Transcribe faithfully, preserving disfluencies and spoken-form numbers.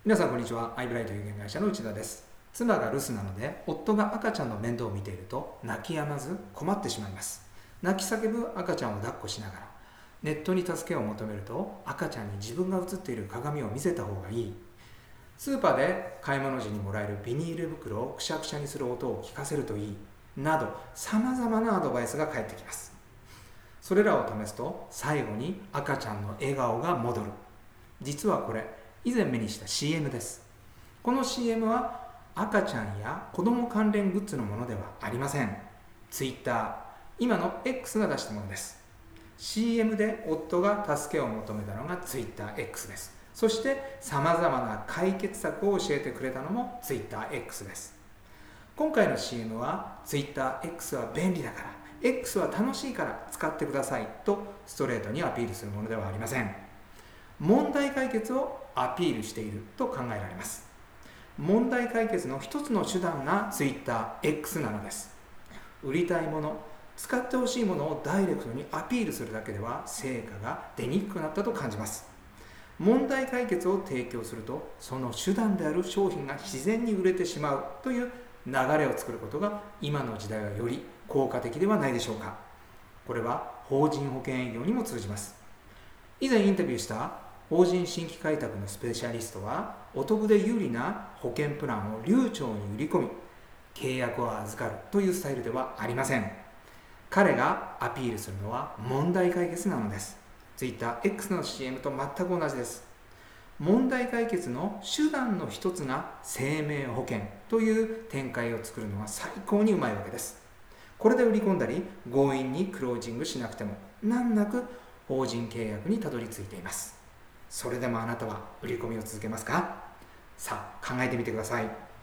皆さんこんにちは。アイブライト有限会社の内田です。妻が留守なので夫が赤ちゃんの面倒を見ていると泣き止まず困ってしまいます。泣き叫ぶ赤ちゃんを抱っこしながらネットに助けを求めると赤ちゃんに自分が映っている鏡を見せた方がいい、スーパーで買い物時にもらえるビニール袋をくしゃくしゃにする音を聞かせるといいなど、さまざまなアドバイスが返ってきます。それらを試すと最後に赤ちゃんの笑顔が戻る。実はこれ以前目にした シーエム です。この シーエム は赤ちゃんや子供関連グッズのものではありません。 Twitter、 今の X が出したものです。 シーエム で夫が助けを求めたのが TwitterX です。そしてさまざまな解決策を教えてくれたのも TwitterX です。今回の シーエム は TwitterX は便利だから、 X は楽しいから使ってくださいとストレートにアピールするものではありません。問題解決をアピールしていると考えられます。問題解決の一つの手段が TwitterX なのです。売りたいもの、使ってほしいものをダイレクトにアピールするだけでは成果が出にくくなったと感じます。問題解決を提供するとその手段である商品が自然に売れてしまうという流れを作ることが今の時代はより効果的ではないでしょうか。これは法人保険営業にも通じます。以前インタビューした法人新規開拓のスペシャリストは、お得で有利な保険プランを流暢に売り込み契約を預かるというスタイルではありません。彼がアピールするのは問題解決なのです。 TwitterX の シーエム と全く同じです。問題解決の手段の一つが生命保険という展開を作るのが最高にうまいわけです。これで売り込んだり強引にクロージングしなくても難なく法人契約にたどり着いています。それでもあなたは売り込みを続けますか？さあ考えてみてください。